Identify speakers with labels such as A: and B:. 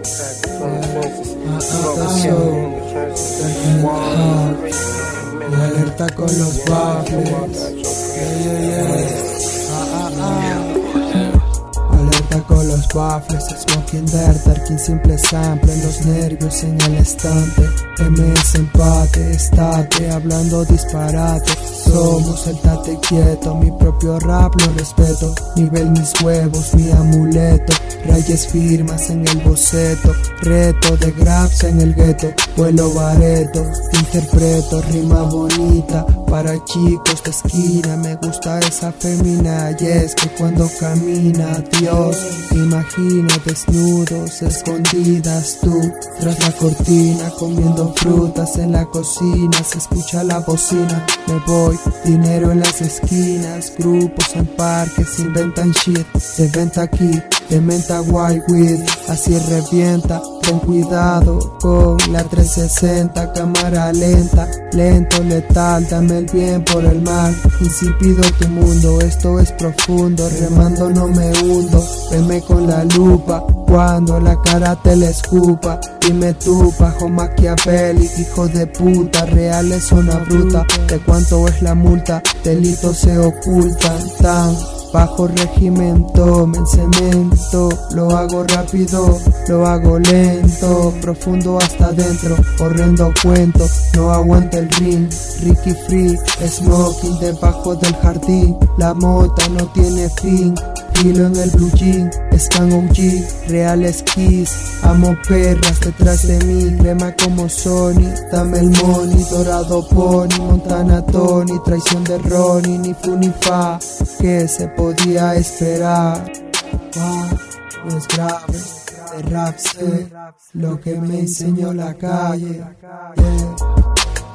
A: Alerta con los baffles. Alerta con los baffles, smoking dirt, simple sample en los nervios en el estante. MS empate, estate hablando disparate. Somos el tate quieto, mi propio rap lo respeto. Nivel mis huevos, mi amuleto. Rayes firmas en el boceto. Reto de grabs en el gueto. Vuelo bareto, interpreto rima bonita para chicos de esquina. Me gusta esa femina y es que cuando camina Dios imagino desnudos, escondidas tú tras la cortina, comiendo frutas en la cocina. Se escucha la bocina, me voy, dinero en las esquinas. Grupos en parques inventan shit, de venta aquí, de menta white weed. Así revienta, ten cuidado con la 360, cámara lenta, lento, letal, dame el bien por el mal. Insípido tu mundo, esto es profundo, remando no me hundo. Venme con la lupa cuando la cara te la escupa. Dime tú, bajo Machiavelli, hijo de puta, real es una bruta. ¿De cuánto es la multa? Delitos se ocultan tan bajo régimen, tomen cemento. Lo hago rápido, lo hago lento, profundo hasta adentro, horrendo cuento. No aguanta el ring, Ricky Free, smoking debajo del jardín. La mota no tiene fin, hilo en el blue jean, Scan OG, reales kiss. Amo perras detrás de mí, crema como Sony. Dame el money, dorado pony, Montana Tony, traición de Ronnie, ni fu ni fa, que se podía esperar. No es grave, de rap sé lo que me enseñó la calle. Yeah.